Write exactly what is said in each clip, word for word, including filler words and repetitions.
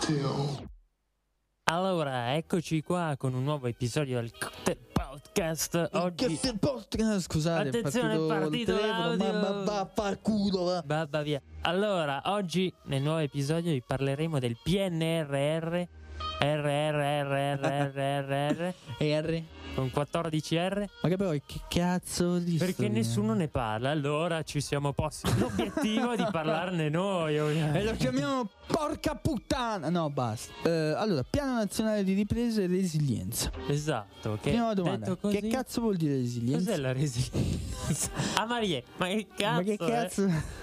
Cocktail. Allora, eccoci qua con un nuovo episodio del Cocktail Podcast. Oggi Cocktail Podcast, scusate, attenzione, è partito il telefono, l'audio. ma va, va, fa culo, va. Babba via. Allora, oggi nel nuovo episodio vi parleremo del P N R R R R R R R R E R? con quattordici R. Ma che poi che cazzo di Perché storia? nessuno ne parla. Allora ci siamo posti l'obiettivo di parlarne noi, E ovviamente. lo chiamiamo porca puttana. No, basta. Eh, allora, Piano Nazionale di Ripresa e Resilienza. Esatto. Che Prima domanda, detto così, che cazzo vuol dire resilienza? cos'è la resilienza? Ah, Maria, ma che cazzo? Ma che eh? cazzo?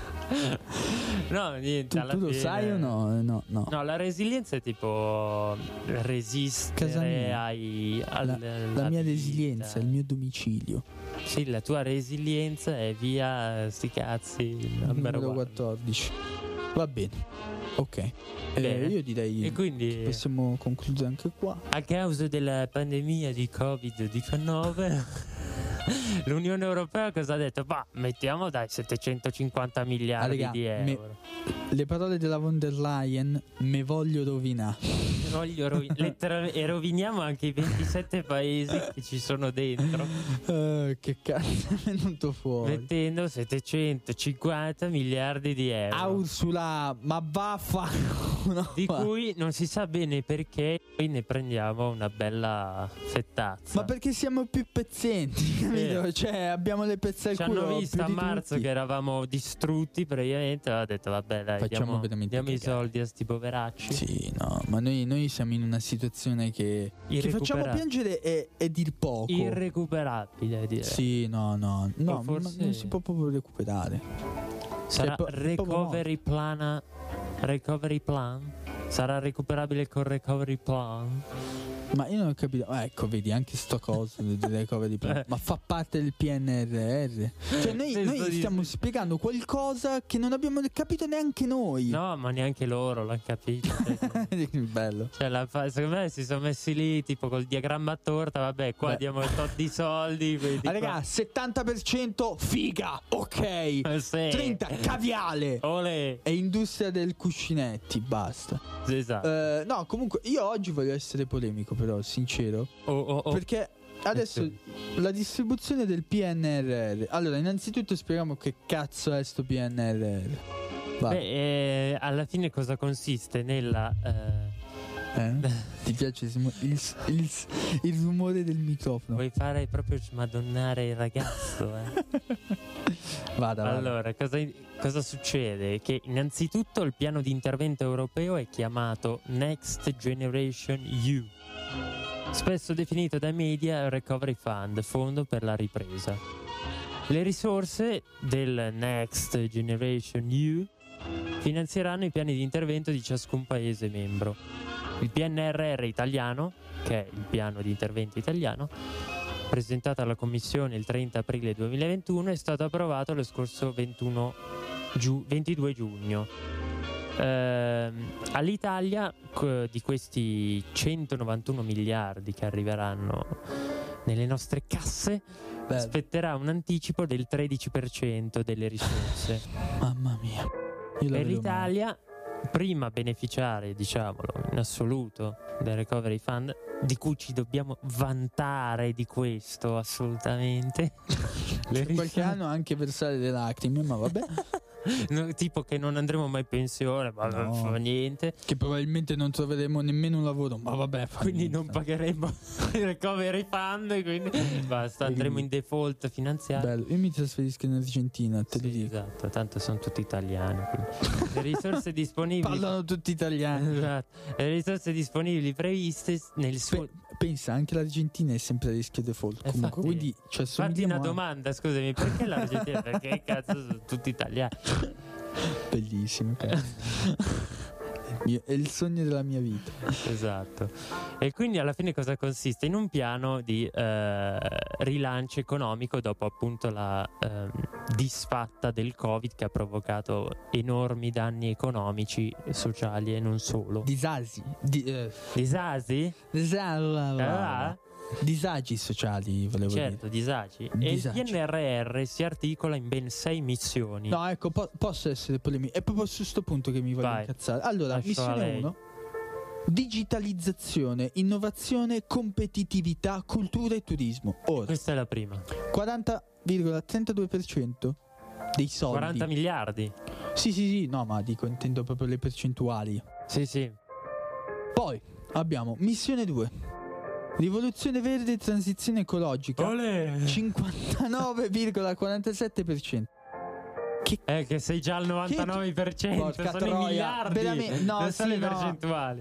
No, niente. Tu, alla tu lo fine- sai o no? No, no. No, la resilienza è tipo Casa resistere mia. ai, al, La, la alla mia vita. resilienza, il mio domicilio. Sì, la tua resilienza è via sti cazzi. non me lo Numero guardo. quattordici. Va bene. Ok. Eh, Bene. io direi E quindi che possiamo concludere anche qua. a causa della pandemia di covid diciannove l'Unione Europea cosa ha detto? Bah, mettiamo dai settecentocinquanta miliardi Ah, raga, di me- euro. Le parole della von der Leyen me voglio rovinare. Voglio rovi- lettera- e roviniamo anche i ventisette paesi che ci sono dentro, Eh, che cazzo è venuto fuori? mettendo settecentocinquanta miliardi di euro. Ah, Ursula, ma vaffanculo. Di cui non si sa bene perché poi ne prendiamo una bella fettazza. Ma perché siamo più pezzenti, capito? Cioè, abbiamo le pezze al Ci culo. hanno visto più a di marzo tutti. che eravamo distrutti praticamente. Ho detto vabbè dai, Facciamo diamo, veramente diamo i cagare. soldi a sti poveracci. Sì, no, ma noi, noi siamo in una situazione che, che facciamo Irrecuperabile. piangere e, e dir poco. Irrecuperabile direi. Sì, no, no, no, O forse- ma non si può proprio recuperare. Sarà Cioè, po- recovery plan. Recovery plan? Sarà recuperabile col recovery plan? Ma io non ho capito. Ah, ecco, vedi, anche sto coso del recovery plan. Eh. Ma fa parte del P N R R. Cioè, noi, Sì, noi sto di- stiamo spiegando qualcosa che non abbiamo capito neanche noi. No, ma neanche loro l'hanno capito. Bello. Cioè, la fa- secondo me si sono messi lì tipo col diagramma a torta. Vabbè, qua Beh. diamo il tot di soldi. Quindi Ah, raga, settanta per cento figa, ok. qua- sì. trenta caviale. Olè. E industria del cuscinetti, basta. Esatto. Eh, no, comunque, io oggi voglio essere polemico, però, sincero. Oh, oh, oh. Perché adesso la distribuzione del P N R R. Allora, innanzitutto spieghiamo che cazzo è sto P N R R. Vai. Beh, eh, alla fine cosa consiste nella eh, Eh? Ti piace il, sumo- il, il, il rumore del microfono? vuoi fare proprio smadonnare il ragazzo, eh? Vada, vada. Allora, cosa, cosa succede? Che innanzitutto il piano di intervento europeo è chiamato Next Generation E U, spesso definito dai media Recovery Fund, fondo per la ripresa. Le risorse del Next Generation E U finanzieranno i piani di intervento di ciascun paese membro. Il P N R R italiano, che è il piano di intervento italiano, presentato alla Commissione il trenta aprile duemilaventuno, è stato approvato lo scorso ventuno giu- ventidue giugno. Ehm, all'Italia co- di questi centonovantuno miliardi che arriveranno nelle nostre casse Bello. spetterà un anticipo del tredici per cento delle risorse. Mamma mia. Io la Per vedo l'Italia, prima beneficiare, diciamolo, in assoluto del Recovery Fund, di cui ci dobbiamo vantare di questo assolutamente. Le male. Qualche risorse- anno anche versare le lacrime, ma vabbè. No, tipo che non andremo mai in pensione, ma No. non fa niente. Che probabilmente non troveremo nemmeno un lavoro, ma vabbè. fa Quindi niente. non pagheremo il recovery fund, e quindi basta, andremo in default finanziario. Bello, io mi trasferisco in Argentina, te lo Sì, dico. esatto, tanto sono tutti italiani. quindi. Le risorse disponibili. Parlano tutti italiani. Esatto. Le risorse disponibili previste nel suo. Pe- pensa, anche l'Argentina è sempre a rischio default. Eh, Comunque, infatti- quindi ci Fatti assomigliamo una a- domanda, scusami, perché l'Argentina? Perché cazzo sono tutti italiani? Bellissimo, cazzo. Mio- è il sogno della mia vita. Esatto. E quindi alla fine cosa consiste? In un piano di eh, rilancio economico dopo appunto la ehm, disfatta del Covid, che ha provocato enormi danni economici, sociali e non solo. Disagi. Di, eh, Disagi? disa- disagi sociali, volevo Certo, disagi. Disagi. E il P N R R si articola in ben sei missioni. dire. No, ecco, po- posso essere polemico. È proprio su sto punto che mi voglio Vai. incazzare. Allora, Lascio a missione lei. uno. digitalizzazione, innovazione, competitività, cultura e turismo. Ora, Questa è la prima. quaranta virgola trentadue per cento dei soldi. quaranta miliardi. Sì, sì, sì, no, ma dico, intendo proprio le percentuali. Sì, sì. Poi abbiamo missione due, rivoluzione verde e transizione ecologica. Olè! cinquantanove virgola quarantasette per cento. Che Eh, che sei già al novantanove per cento. Porca Sono troia, i miliardi. veramente- no, non sono sì, le no. percentuali.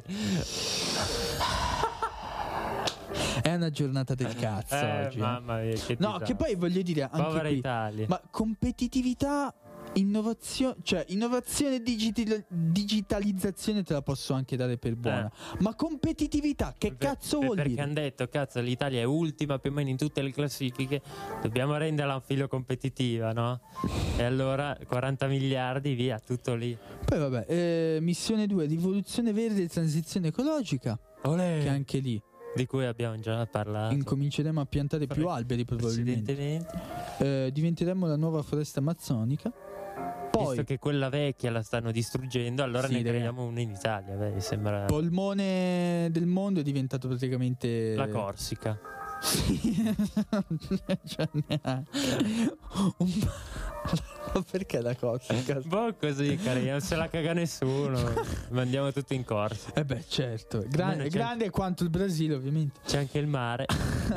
È una giornata del cazzo Eh, oggi. eh. mamma mia, che No, disastro. che poi voglio dire anche Povera qui, Italia. ma competitività, innovazione, cioè innovazione e digitali- digitalizzazione te la posso anche dare per buona. Ma competitività, che Per- cazzo per- vuol perché dire? hanno detto, cazzo, l'Italia è ultima più o meno in tutte le classifiche, dobbiamo renderla un filo competitiva, no? E allora quaranta miliardi, via, tutto lì. Poi vabbè, eh, missione due, rivoluzione verde e transizione ecologica, che anche lì Di cui abbiamo già parlato. incominceremo a piantare più alberi probabilmente. Precedentemente. Eh, diventeremo la nuova foresta amazzonica. Poi Visto che quella vecchia la stanno distruggendo, allora Sì, ne raga. creiamo una in Italia. Beh, mi sembra polmone del mondo è diventato praticamente la Corsica. Sì. Cioè, neanche. Un- Ma perché la Corsica? Boh, così, cari, non se la caga nessuno. Mandiamo tutti in corsa. Eh beh, certo, Gran- Almeno c'è grande quanto il Brasile, ovviamente. C'è anche il mare.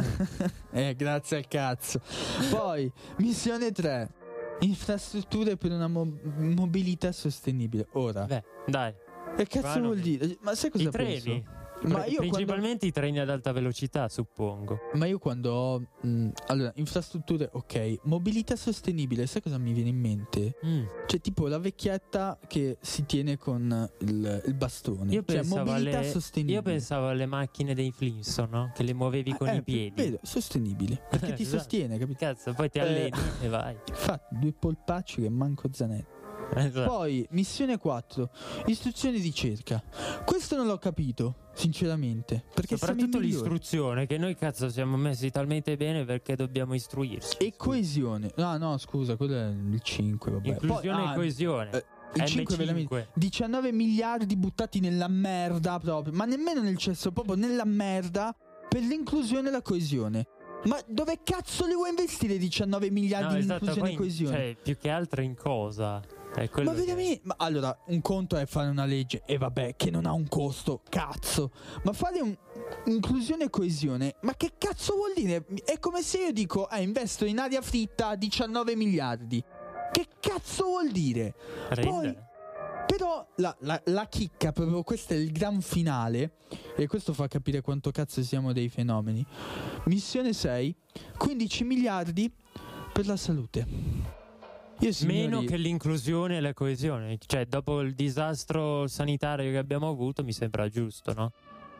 Eh, grazie al cazzo. Poi, missione tre. Infrastrutture per una mo- mobilità sostenibile. Ora, Beh, dai. che cazzo vanno vuol bene. dire? Ma sai cosa I treni. penso? Ma io, quando, Principalmente i treni ad alta velocità, suppongo. ma io quando ho mh, allora, infrastrutture, ok, mobilità sostenibile, sai cosa mi viene in mente? Mm. Cioè, tipo la vecchietta che si tiene con il, il bastone. Io, cioè, pensavo mobilità alle, sostenibile. io pensavo alle macchine dei Flintstone, no? Che le muovevi con Eh, i piedi. Vedo, sostenibile. Perché ti Esatto. sostiene, capito? Cazzo, poi ti Eh. alleni e vai. Infatti, due polpacci che manco Zanetti. Esatto. Poi, missione quattro, istruzione di ricerca. Questo non l'ho capito, sinceramente. Perché siamo i Soprattutto migliori. l'istruzione, che noi cazzo siamo messi talmente bene perché dobbiamo istruirsi. E coesione. No, no, scusa, quello è il cinque, vabbè. Inclusione Poi, e ah, coesione. eh, il M cinque cinque. veramente diciannove miliardi buttati nella merda proprio, ma nemmeno nel cesso, proprio nella merda per l'inclusione e la coesione. Ma dove cazzo li vuoi investire diciannove miliardi No, in esatto, inclusione poi e in- coesione? Cioè, più che altro in cosa? È quello Ma che- veramente, ma allora, un conto è fare una legge e vabbè, che non ha un costo, cazzo. Ma fare un inclusione e coesione, ma che cazzo vuol dire? È come se io dico, eh, investo in aria fritta diciannove miliardi. Che cazzo vuol dire? Rende. Poi, però la, la, la chicca, proprio questo è il gran finale, e questo fa capire quanto cazzo siamo dei fenomeni. Missione sei, quindici miliardi per la salute. Io, signori, Meno che l'inclusione e la coesione. Cioè, dopo il disastro sanitario che abbiamo avuto, mi sembra giusto, no?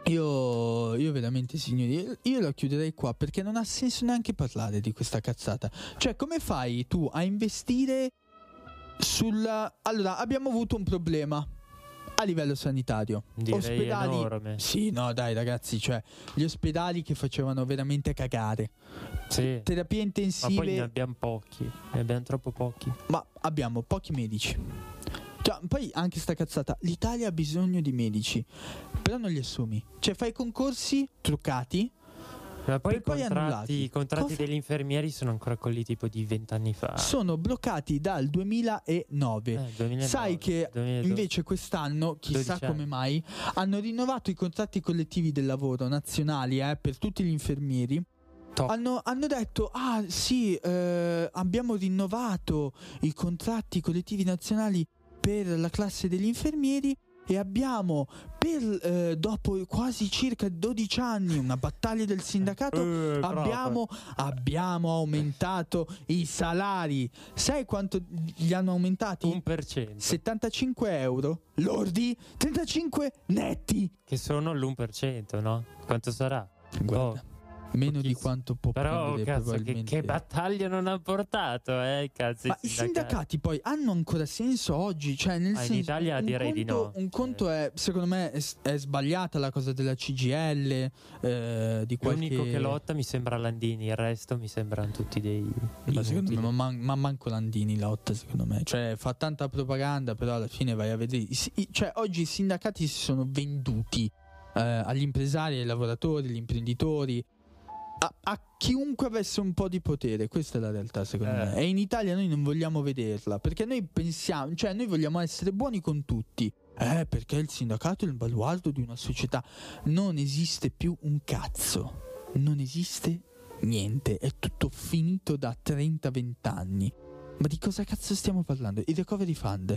Io, io veramente, signori, io, io la chiuderei qua perché non ha senso neanche parlare di questa cazzata. Cioè, come fai tu a investire sulla... Allora, abbiamo avuto un problema a livello sanitario. Direi ospedali... enorme. Sì, no, dai, ragazzi, cioè, gli ospedali che facevano veramente cagare. Sì. Terapie Ma intensive... poi ne abbiamo pochi. Ne abbiamo troppo pochi. Ma abbiamo pochi medici. Cioè, poi anche sta cazzata. L'Italia ha bisogno di medici, però non li assumi. Cioè, fai concorsi truccati. Ma poi Per i poi contratti, annullati. i contratti Cosa- degli infermieri sono ancora quelli tipo di vent'anni fa. Sono bloccati dal duemilanove. Eh, duemilanove, Sai che duemiladodici. invece quest'anno, chissà dodici come anni. mai, hanno rinnovato i contratti collettivi del lavoro nazionali eh, per tutti gli infermieri. Top. Hanno, hanno detto, ah sì, eh, abbiamo rinnovato i contratti collettivi nazionali per la classe degli infermieri e abbiamo, per eh, dopo quasi circa dodici anni, una battaglia del sindacato, Eh, bravo. abbiamo, abbiamo aumentato i salari. Sai quanto gli hanno aumentati? Un per cento. settantacinque euro lordi, trentacinque netti. Che sono l'uno per cento, no? Quanto sarà? Guarda, meno di pochissimo. quanto può Però, prendere cazzo, che, probabilmente. che battaglia non ha portato, eh? Cazzo, Ma i sindacati poi hanno ancora senso oggi? Cioè, nel Ah, in senso, Italia un direi di conto- no. Un conto è, secondo me, è, è sbagliata la cosa della C G I L, eh, di qualche... L'unico che lotta mi sembra Landini, il resto mi sembrano tutti dei... Ma secondo me, inutili. ma, man- ma manco Landini lotta, secondo me. Cioè, fa tanta propaganda, però alla fine vai a vedere. i si- i- cioè, oggi i sindacati si sono venduti. eh, agli impresari, ai lavoratori, agli imprenditori, a, a chiunque avesse un po' di potere. Questa è la realtà, secondo eh. me. E in Italia noi non vogliamo vederla, perché noi pensiamo, cioè noi vogliamo essere buoni con tutti. Eh, perché il sindacato è il baluardo di una società. Non esiste più un cazzo. Non esiste niente. È tutto finito da trenta venti anni. Ma di cosa cazzo stiamo parlando? Il Recovery Fund.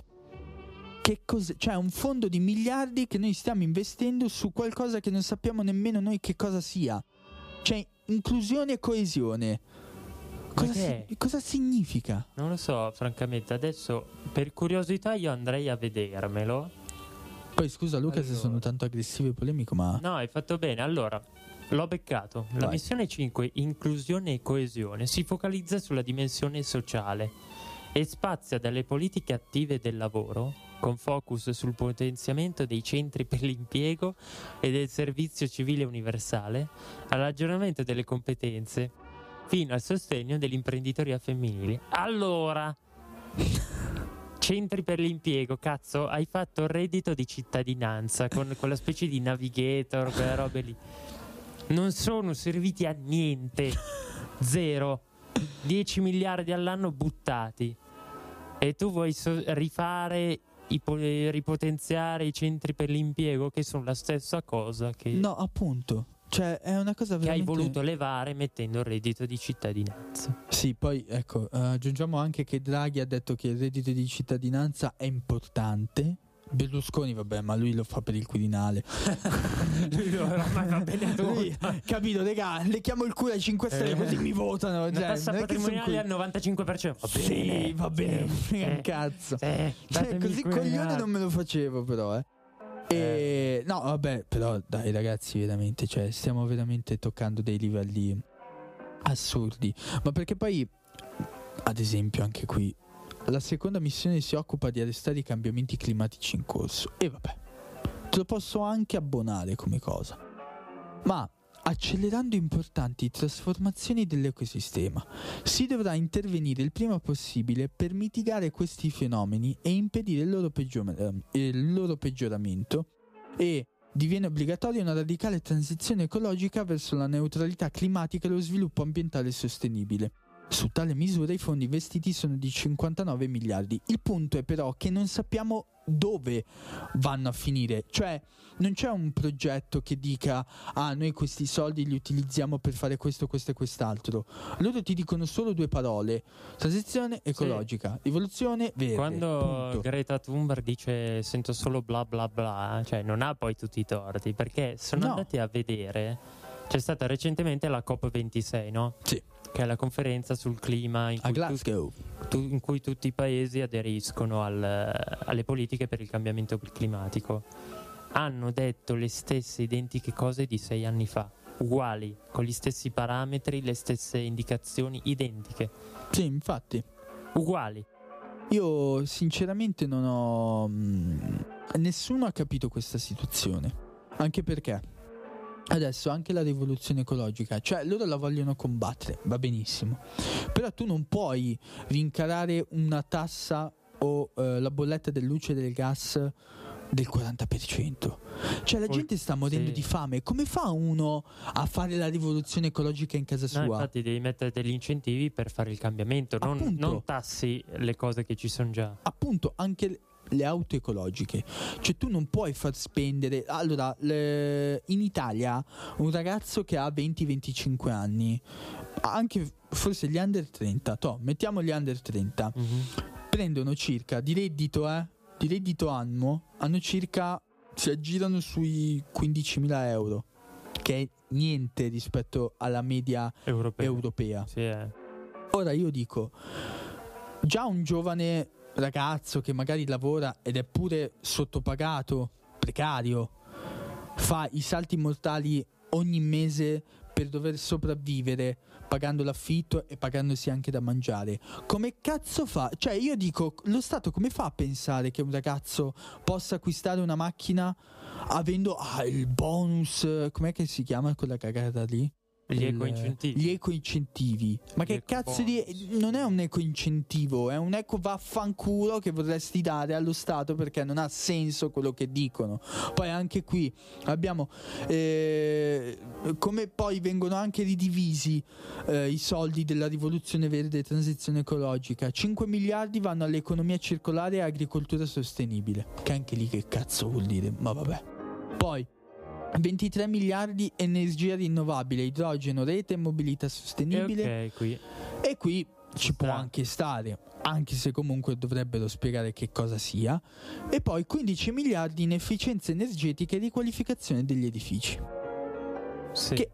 Che cos'è? Cioè un fondo di miliardi che noi stiamo investendo su qualcosa che non sappiamo nemmeno noi che cosa sia. Cioè inclusione e coesione. Cosa, si- cosa significa? Non lo so, francamente. Adesso per curiosità io andrei a vedermelo. Poi scusa Luca allora. se sono tanto aggressivo e polemico, ma... No, hai fatto bene. Allora, l'ho beccato. La Vai. missione cinque, inclusione e coesione, si focalizza sulla dimensione sociale e spazia dalle politiche attive del lavoro, con focus sul potenziamento dei centri per l'impiego e del servizio civile universale, all'aggiornamento delle competenze, fino al sostegno dell'imprenditoria femminile. Allora... Centri per l'impiego, cazzo, hai fatto il reddito di cittadinanza con quella specie di navigator, quelle robe lì. Non sono serviti a niente. Zero. dieci miliardi all'anno buttati. E tu vuoi so- rifare, ipo- ripotenziare i centri per l'impiego, che sono la stessa cosa che, No, appunto. Cioè è una cosa che hai veramente... voluto levare mettendo il reddito di cittadinanza. Sì, poi ecco, eh, aggiungiamo anche che Draghi ha detto che il reddito di cittadinanza è importante. Berlusconi, vabbè, ma lui lo fa per il Quirinale. Lui ormai va bene a tutto. Lui, capito, raga, le chiamo il culo ai cinque Stelle Eh. così mi votano. Una Cioè, tassa non è che son patrimoniale qui- al novantacinque per cento. Va bene. Sì, va bene, Sì, frega un sì, cazzo. sì, Cioè, datemi così il coglione Quirinale. non me lo facevo, però, eh. E no, vabbè, però dai ragazzi, veramente, cioè stiamo veramente toccando dei livelli assurdi. Ma perché poi, ad esempio, anche qui la seconda missione si occupa di arrestare i cambiamenti climatici in corso. E vabbè, te lo posso anche abbonare come cosa. Ma accelerando importanti trasformazioni dell'ecosistema, si dovrà intervenire il prima possibile per mitigare questi fenomeni e impedire il loro, peggior- eh, il loro peggioramento, e diviene obbligatoria una radicale transizione ecologica verso la neutralità climatica e lo sviluppo ambientale sostenibile. Su tale misura i fondi investiti sono di cinquantanove miliardi. Il punto è però che non sappiamo dove vanno a finire. Cioè non c'è un progetto che dica ah, noi questi soldi li utilizziamo per fare questo, questo e quest'altro. Loro ti dicono solo due parole: transizione ecologica, rivoluzione verde. Quando punto. Greta Thunberg dice sento solo bla bla bla, cioè non ha poi tutti i torti, perché sono No. andati a vedere. C'è stata recentemente la COP ventisei, no? Sì. Che è la conferenza sul clima in A cui, tu- Glasgow. tu- in cui tutti i paesi aderiscono al- alle politiche per il cambiamento climatico. Hanno detto le stesse identiche cose di sei anni fa, uguali, con gli stessi parametri, le stesse indicazioni identiche, Sì, infatti. uguali. Io sinceramente non ho... mh, nessuno ha capito questa situazione. Anche perché adesso anche la rivoluzione ecologica, cioè loro la vogliono combattere, va benissimo, però tu non puoi rincarare una tassa o eh, la bolletta del luce e del gas del quaranta per cento. Cioè la Poi- gente sta morendo sì. di fame. Come fa uno a fare la rivoluzione ecologica in casa No, sua? infatti devi mettere degli incentivi per fare il cambiamento, non, Appunto. non tassi le cose che ci sono già. Appunto, anche le- le auto ecologiche, cioè tu non puoi far spendere. Allora, le- in Italia un ragazzo che ha venti venticinque anni, anche forse gli under trenta, toh, mettiamo gli under trenta, Mhm. prendono circa di reddito, eh, di reddito annuo, hanno circa, si aggirano sui quindicimila euro, che è niente rispetto alla media Europeo. europea. Sì, eh. Ora io dico, già un giovane ragazzo che magari lavora ed è pure sottopagato, precario, fa i salti mortali ogni mese per dover sopravvivere, pagando l'affitto e pagandosi anche da mangiare. Come cazzo fa? Cioè io dico, lo Stato come fa a pensare che un ragazzo possa acquistare una macchina avendo ah, il bonus, com'è che si chiama quella cagata lì? Gli il- eco-incentivi. Gli eco-incentivi. Ma Gli che cazzo di... eco-bonus. Non è un eco-incentivo, è un eco vaffanculo che vorresti dare allo Stato perché non ha senso quello che dicono. Poi anche qui abbiamo... eh, come poi vengono anche ridivisi eh, i soldi della rivoluzione verde e transizione ecologica. cinque miliardi vanno all'economia circolare e agricoltura sostenibile. Che anche lì che cazzo vuol dire? Ma vabbè. Poi ventitré miliardi energia rinnovabile, idrogeno, rete e mobilità sostenibile. E ok, qui. E qui ci può sta. anche stare, anche se comunque dovrebbero spiegare che cosa sia. E poi quindici miliardi in efficienza energetica e riqualificazione degli edifici. Sì. Che-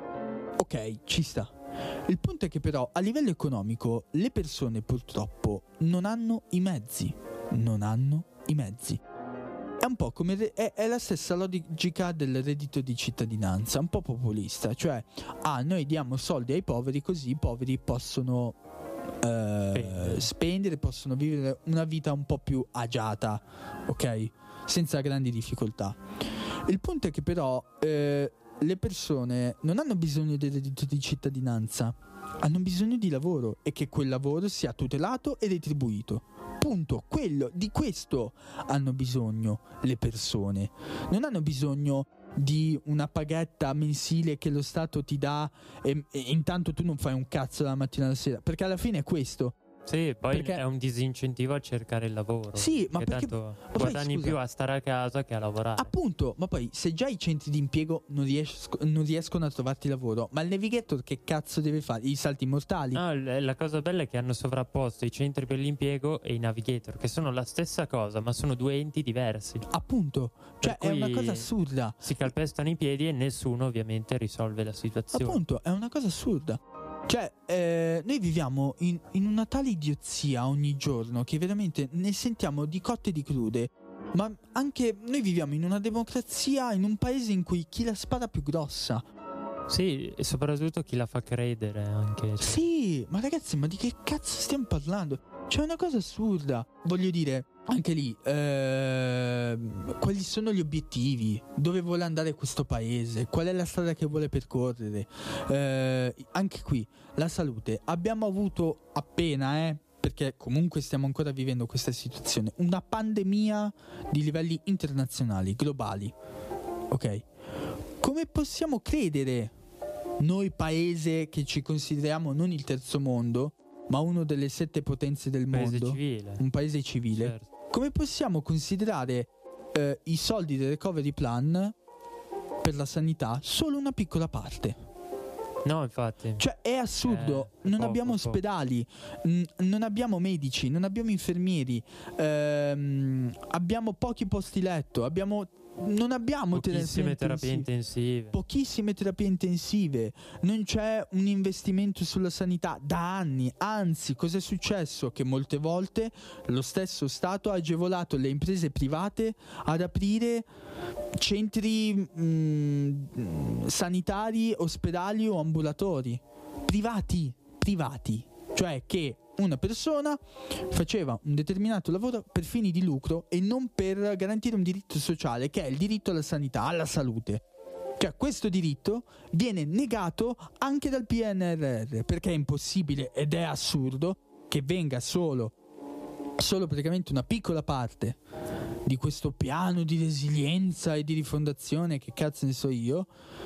Ok, ci sta. Il punto è che però a livello economico le persone purtroppo non hanno i mezzi. Non hanno i mezzi. È un po' come re- è, è la stessa logica del reddito di cittadinanza, un po' populista, cioè ah, noi diamo soldi ai poveri così i poveri possono eh, Spendere. spendere, possono vivere una vita un po' più agiata, ok? Senza grandi difficoltà. Il punto è che però eh, le persone non hanno bisogno del reddito di cittadinanza, hanno bisogno di lavoro e che quel lavoro sia tutelato e retribuito. Punto. Quello, di questo hanno bisogno le persone. Non hanno bisogno di una paghetta mensile che lo Stato ti dà e, e intanto tu non fai un cazzo dalla mattina alla sera, perché alla fine è questo. Sì, poi Perché- è un disincentivo a cercare il lavoro. Sì, ma Che perché- tanto ma poi, guadagni scusa, più a stare a casa che a lavorare. appunto, ma poi se già i centri di impiego non, riesco- non riescono a trovarti lavoro, ma il navigator che cazzo deve fare? I salti mortali? No, l- la cosa bella è che hanno sovrapposto i centri per l'impiego e i navigator, che sono la stessa cosa, ma sono due enti diversi. Appunto, cioè Per è una cui cosa assurda. Si calpestano i piedi e nessuno ovviamente risolve la situazione. Appunto, è una cosa assurda. Cioè, eh, noi viviamo in, in una tale idiozia ogni giorno che veramente ne sentiamo di cotte e di crude. Ma anche noi viviamo in una democrazia, in un paese in cui chi la spara più grossa. Sì, e soprattutto chi la fa credere anche. cioè. Sì, ma ragazzi, ma di che cazzo stiamo parlando? C'è una cosa assurda. Voglio dire, anche lì, ehm, quali sono gli obiettivi? Dove vuole andare questo paese? Qual è la strada che vuole percorrere? Eh, anche qui, la salute. Abbiamo avuto appena, eh, perché comunque stiamo ancora vivendo questa situazione, una pandemia di livelli internazionali, globali. Ok? Come possiamo credere, noi paese che ci consideriamo non il terzo mondo, ma uno delle sette potenze del Paese mondo, civile. un paese civile, Certo. come possiamo considerare eh, i soldi del recovery plan per la sanità solo una piccola parte? No, infatti. Cioè è assurdo, Eh, è non poco, abbiamo poco. ospedali, mh, non abbiamo medici, non abbiamo infermieri, ehm, abbiamo pochi posti letto, abbiamo, non abbiamo Pochissime terapie terapie intensive. intensive. Pochissime terapie intensive, non c'è un investimento sulla sanità da anni. Anzi, cosa è successo? Che molte volte lo stesso Stato ha agevolato le imprese private ad aprire centri mh, sanitari, ospedali o ambulatori privati, privati, cioè che una persona faceva un determinato lavoro per fini di lucro e non per garantire un diritto sociale, che è il diritto alla sanità, alla salute. Cioè questo diritto viene negato anche dal P N R R, perché è impossibile ed è assurdo che venga solo solo praticamente una piccola parte di questo piano di resilienza e di rifondazione, che cazzo ne so io,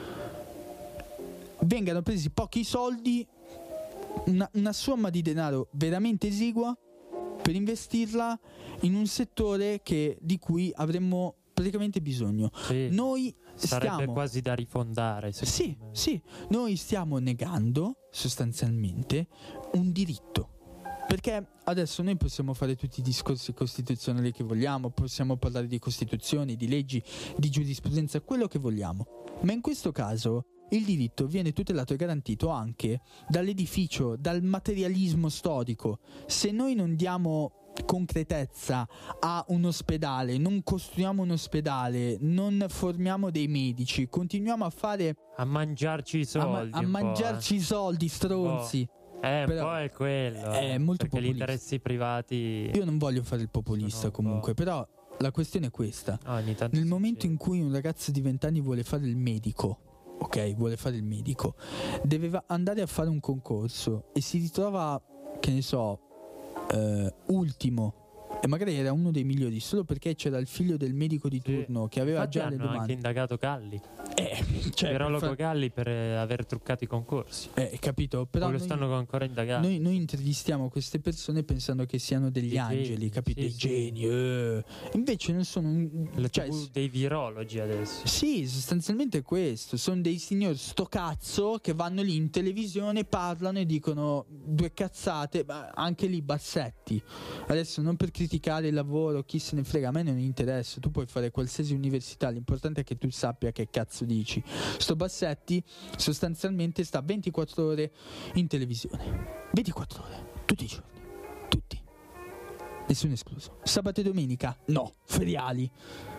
vengano presi pochi soldi, una, una somma di denaro veramente esigua per investirla in un settore che, di cui avremmo praticamente bisogno. Sì. Noi Sarebbe stiamo quasi da rifondare. secondo sì, me. sì, noi stiamo negando sostanzialmente un diritto. Perché adesso noi possiamo fare tutti i discorsi costituzionali che vogliamo, possiamo parlare di costituzioni, di leggi, di giurisprudenza, quello che vogliamo. Ma in questo caso il diritto viene tutelato e garantito anche dall'edificio, dal materialismo storico. Se noi non diamo concretezza a un ospedale, non costruiamo un ospedale, non formiamo dei medici, continuiamo a fare A mangiarci i a, soldi. ma- a un po', mangiarci i soldi, stronzi. Eh, un Però po' è quello. è eh, molto perché gli populista. interessi privati. Io non voglio fare il populista Sono un po'- comunque, però la questione è questa. Ah, ogni tanto Nel succede. momento in cui un ragazzo di venti anni vuole fare il medico, ok, vuole fare il medico, deve va- andare a fare un concorso e si ritrova, che ne so, eh, ultimo, e magari era uno dei migliori solo perché c'era il figlio del medico di Sì. turno che aveva Infatti già le hanno domande. anche indagato Galli, Eh, cioè, virologo per fa- Galli, per eh, aver truccato i concorsi. eh, capito? Però o lo noi- stanno ancora indagando. Noi, noi intervistiamo queste persone pensando che siano degli Dei angeli, geni, capito? sì, Dei sì. geni, eh. Invece non sono un- Le cioè, tivù dei virologi adesso. sì, sostanzialmente è questo. Sono dei signori sto cazzo che vanno lì in televisione, parlano e dicono due cazzate, ma anche lì Bassetti. Adesso non per criticare il lavoro, chi se ne frega, a me non interessa. Tu puoi fare qualsiasi università, l'importante è che tu sappia che cazzo dici. Sto Bassetti sostanzialmente sta ventiquattro ore in televisione. ventiquattro ore, tutti i giorni, tutti. Nessuno escluso. Sabato e domenica? No, feriali.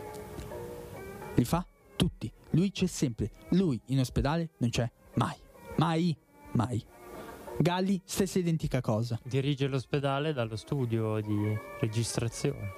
Li fa tutti. Lui c'è sempre. Lui in ospedale non c'è mai. Mai. Mai. Galli, stessa identica cosa. Dirige l'ospedale dallo studio di registrazione.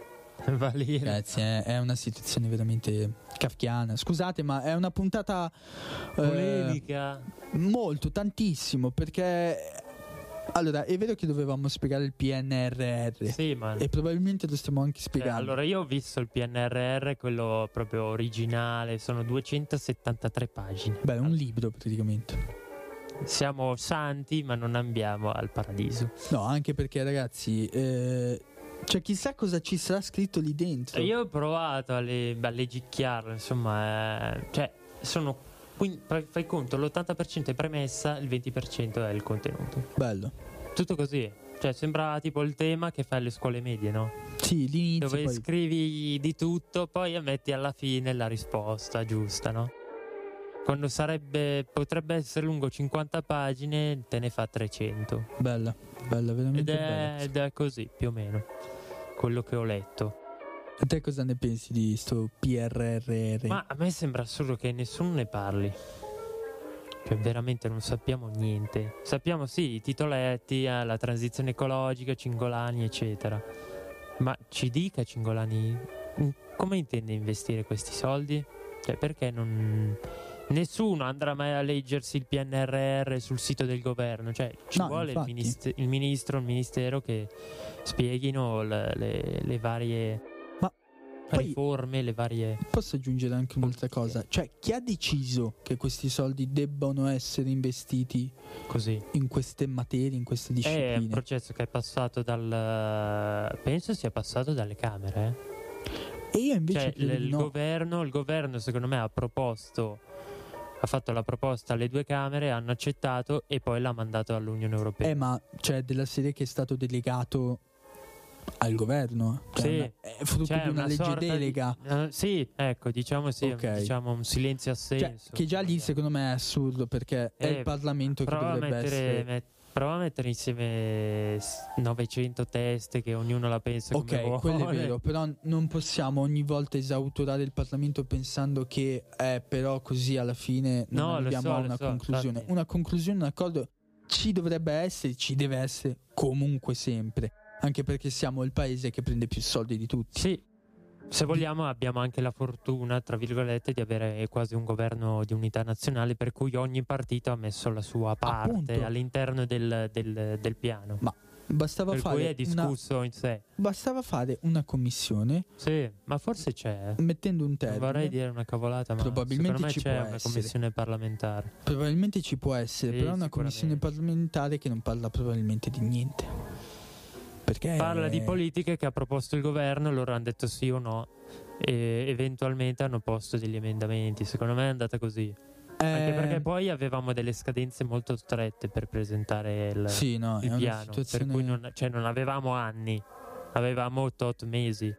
Va lì. Ragazzi, è, è una situazione veramente kafkiana. Scusate, ma è una puntata eh, Polemica. molto, tantissimo, perché allora, è vero che dovevamo spiegare il P N R R. Sì, ma E probabilmente lo stiamo anche Eh, spiegando. allora io ho visto il P N R R, quello proprio originale, sono duecentosettantatré pagine. Beh, è un libro praticamente. Siamo santi ma non andiamo al paradiso. No, anche perché ragazzi, eh, cioè chissà cosa ci sarà scritto lì dentro. E io ho provato a, le, a legicchiarlo, insomma, eh, cioè sono quindi, fai conto, l'ottanta per cento è premessa, il venti per cento è il contenuto. Bello. Tutto così. Cioè sembra tipo il tema che fai alle scuole medie, no? Sì, l'inizio Dove poi. scrivi di tutto, poi metti alla fine la risposta giusta, no? Quando sarebbe potrebbe essere lungo cinquanta pagine, te ne fa trecento. Bella, bella, Ed veramente è, bella. ed è così, più o meno, quello che ho letto. A te cosa ne pensi di sto P R R R? Ma a me sembra assurdo che nessuno ne parli. Cioè veramente non sappiamo niente. Sappiamo sì i titoletti, eh, la transizione ecologica, Cingolani eccetera. Ma ci dica Cingolani mm, come intende investire questi soldi? Cioè perché non... Nessuno andrà mai a leggersi il P N R R sul sito del governo. Cioè ci No, vuole il, infatti. minist- il ministro, il ministero che spieghino le, le, le varie Ma poi riforme, le varie... posso aggiungere anche un'altra cosa? Cioè, chi ha deciso che questi soldi debbano essere investiti Così. in queste materie, in queste È un discipline? processo che è passato dal... penso sia passato dalle Camere. eh. E io invece Cioè credo l- di il no. governo, il governo secondo me ha proposto, ha fatto la proposta alle due Camere, hanno accettato e poi l'ha mandato all'Unione Europea. Eh, ma cioè della serie che è stato delegato al governo? Cioè, Sì. una- è frutto Cioè, di una, legge sorta di- delega. eh, sì, ecco, diciamo sì, Ok. diciamo un silenzio Cioè, assenso. che già lì secondo me è assurdo perché è Eh, il Parlamento che prova a dovrebbe mettere, essere. met- prova a mettere insieme s- novecento teste che ognuno la pensa come Ok, vuole. quello è vero, però non possiamo ogni volta esautorare il Parlamento pensando che eh, però così alla fine non No, lo arriviamo so, a lo una so, conclusione. infatti. Una conclusione, un accordo ci dovrebbe essere, ci deve essere comunque sempre, anche perché siamo il paese che prende più soldi di tutti. Sì, se vogliamo abbiamo anche la fortuna, tra virgolette, di avere quasi un governo di unità nazionale per cui ogni partito ha messo la sua parte Appunto. all'interno del, del- del piano. Ma bastava Per cui fare è discusso in sé. una, bastava fare una commissione Sì, ma forse c'è. eh. mettendo un Non termine. vorrei dire una cavolata, ma Probabilmente secondo me ci c'è può una essere. commissione parlamentare. Probabilmente ci può essere, Sì, però è una sicuramente. commissione parlamentare che non parla probabilmente di niente. Perché Parla di politiche che ha proposto il governo, loro hanno detto sì o no e eventualmente hanno posto degli emendamenti. Secondo me è andata così. Anche Eh, perché poi avevamo delle scadenze molto strette per presentare il, sì, no, il è una piano, situazione, per cui non, cioè non avevamo anni, avevamo tot mesi.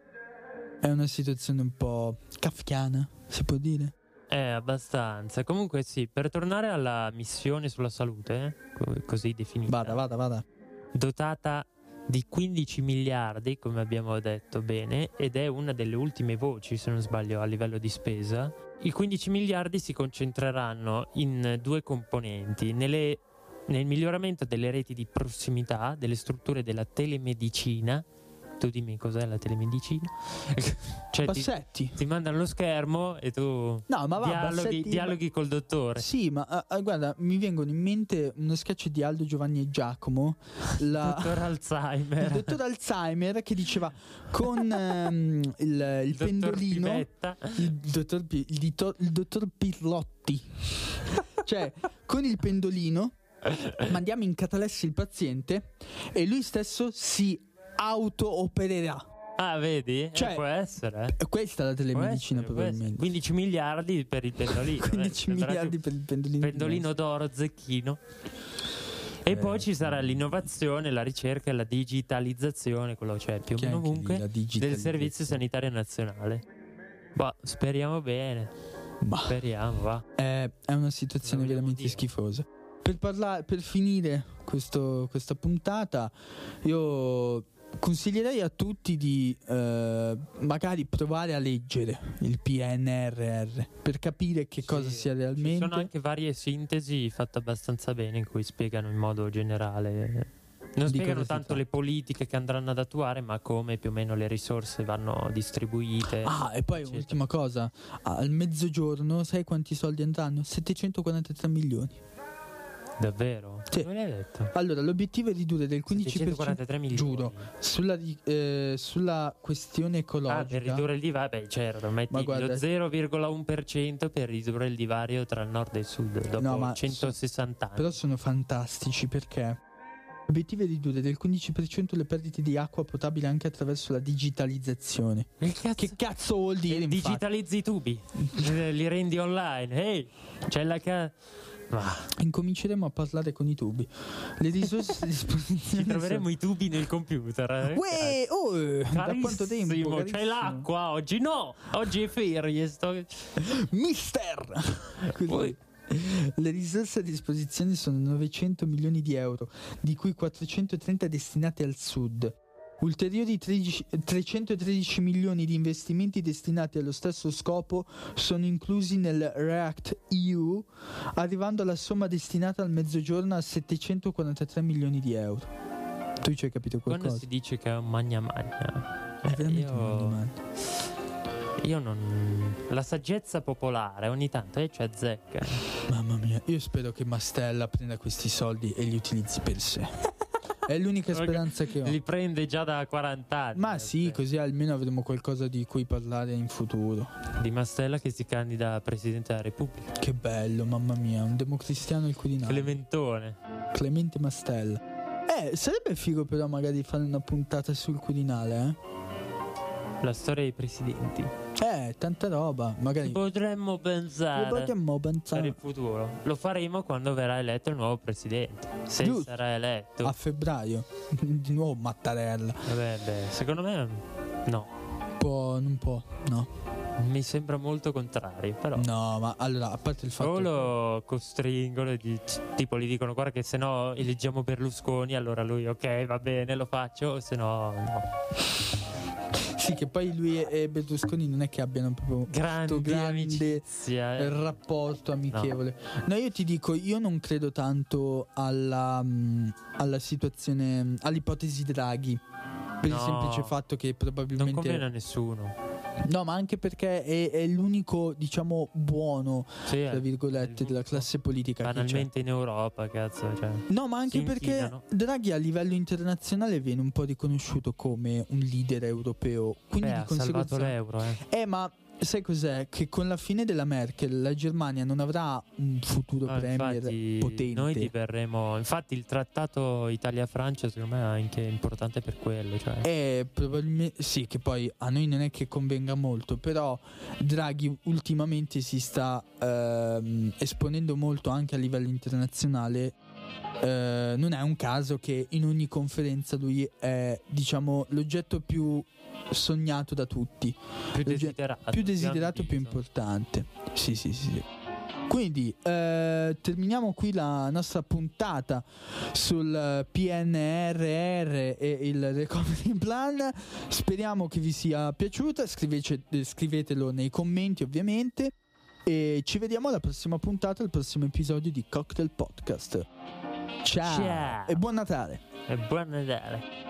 è una situazione un po' kafkiana, si può dire. Eh, abbastanza. Comunque sì, per tornare alla missione sulla salute, eh, co- così definita, Vada, vada, vada. dotata di quindici miliardi, come abbiamo detto bene, ed è una delle ultime voci, se non sbaglio, a livello di spesa. I quindici miliardi si concentreranno in due componenti, nelle, nel miglioramento delle reti di prossimità, delle strutture della telemedicina tu dimmi cos'è la telemedicina. Cioè Bassetti. Ti, ti mandano lo schermo e tu no, ma va, dialoghi, Bassetti, dialoghi col dottore. Sì, ma uh, guarda, mi vengono in mente uno sketch di Aldo, Giovanni e Giacomo, la... dottor Alzheimer. il dottor Alzheimer, che diceva con um, il, il pendolino il dottor, P- il, dito- il dottor Pirlotti cioè con il pendolino mandiamo in catalessi il paziente e lui stesso si auto-opererà. Ah, vedi? Cioè, eh, può essere. Eh. Questa è la telemedicina, essere, probabilmente. quindici miliardi per il pendolino. quindici eh, miliardi per il pendolino. Pendolino d'oro, zecchino. E eh, poi ci sarà l'innovazione, la ricerca e la digitalizzazione, quello c'è più o meno ovunque, del Servizio Sanitario Nazionale. Boh, speriamo bene. Ma speriamo, va. È, è una situazione veramente dire. schifosa. Per parlare, per finire questo, questa puntata, io consiglierei a tutti di eh, magari provare a leggere il P N R R per capire che sì, cosa sia realmente. Ci sono anche varie sintesi fatte abbastanza bene in cui spiegano in modo generale. Non spiegano tanto le politiche che andranno ad attuare, ma come più o meno le risorse vanno distribuite. Ah, e poi eccetera. Ultima cosa, al mezzogiorno sai quanti soldi andranno? settecentoquarantatré milioni. Davvero? Sì. Non l'hai detto? Allora, l'obiettivo è ridurre del quindici per cento, giuro, sulla, eh, sulla questione ecologica. Ah, per ridurre il divario, beh certo, metti guarda, lo zero virgola uno per cento per ridurre il divario tra il nord e il sud dopo no, ma centosessanta anni. Però sono fantastici perché l'obiettivo è ridurre del quindici per cento le perdite di acqua potabile anche attraverso la digitalizzazione. Cazzo? Che cazzo vuol dire? Digitalizzi i tubi, li rendi online. Ehi, hey, c'è la ca... Ah. Incominceremo a parlare con i tubi. Le risorse a disposizione. Ci troveremo sono... i tubi nel computer. Eh? Uè, oh, da quanto tempo? Carissimo. C'è l'acqua oggi? No, oggi è ferie. Sto... Mister. Poi. Le risorse a disposizione sono novecento milioni di euro, di cui quattrocentotrenta destinati al sud. Ulteriori tredici, trecentotredici milioni di investimenti destinati allo stesso scopo sono inclusi nel React E U, arrivando alla somma destinata al mezzogiorno a settecentoquarantatré milioni di euro. Tu ci hai capito qualcosa? Quando si dice che è un magna magna, è veramente io... un magna magna. Io non... La saggezza popolare ogni tanto eh, ci azzecca. Mamma mia, io spero che Mastella prenda questi soldi e li utilizzi per sé. È l'unica speranza che ho. Li prende già da quaranta anni. Ma sì, così almeno avremo qualcosa di cui parlare in futuro. Di Mastella che si candida a Presidente della Repubblica. Che bello, mamma mia, un democristiano al Quirinale. Clementone. Clemente Mastella. Eh, sarebbe figo però magari fare una puntata sul Quirinale, eh? La storia dei presidenti. Eh, tanta roba. Magari potremmo pensare, potremmo pensare per il futuro. Lo faremo quando verrà eletto il nuovo presidente. Se Giusto. sarà eletto a febbraio. Di nuovo Mattarella. Vabbè, beh, secondo me no. Può, non può, no. Mi sembra molto contrario, però. No, ma allora, a parte il fatto o lo costringono, tipo gli dicono guarda che se no eleggiamo Berlusconi, allora lui ok, va bene, lo faccio, o se no no. Sì, che poi lui e Berlusconi non è che abbiano proprio grande, grande amicizia, eh. rapporto amichevole. No. no, io ti dico, io non credo tanto alla, um, alla situazione, all'ipotesi Draghi, per no, il semplice fatto che probabilmente non conviene a nessuno. No, ma anche perché è, è l'unico, diciamo, buono, sì, tra virgolette, della classe politica banalmente che c'è in Europa, cazzo, cioè. No, ma anche perché Draghi a livello internazionale viene un po' riconosciuto come un leader europeo. Quindi Beh, di ha conseguenza salvato l'euro, eh. Eh, ma sai cos'è? Che con la fine della Merkel la Germania non avrà un futuro no, premier infatti, potente. Noi diverremo. Infatti il trattato Italia-Francia secondo me è anche importante per quello, cioè. Eh, probabilmente sì, che poi a noi non è che convenga molto, però Draghi ultimamente si sta ehm, esponendo molto anche a livello internazionale. Eh, non è un caso che in ogni conferenza lui è, diciamo, l'oggetto più sognato da tutti, più desiderato, più, desiderato, più importante. Sì, sì, sì, sì. Quindi eh, terminiamo qui la nostra puntata sul P N R R e il Recovery Plan. Speriamo che vi sia piaciuta. Scrivece, scrivetelo nei commenti, ovviamente. E ci vediamo alla prossima puntata, al prossimo episodio di Cocktail Podcast. Ciao, Ciao. E buon Natale. E buon Natale.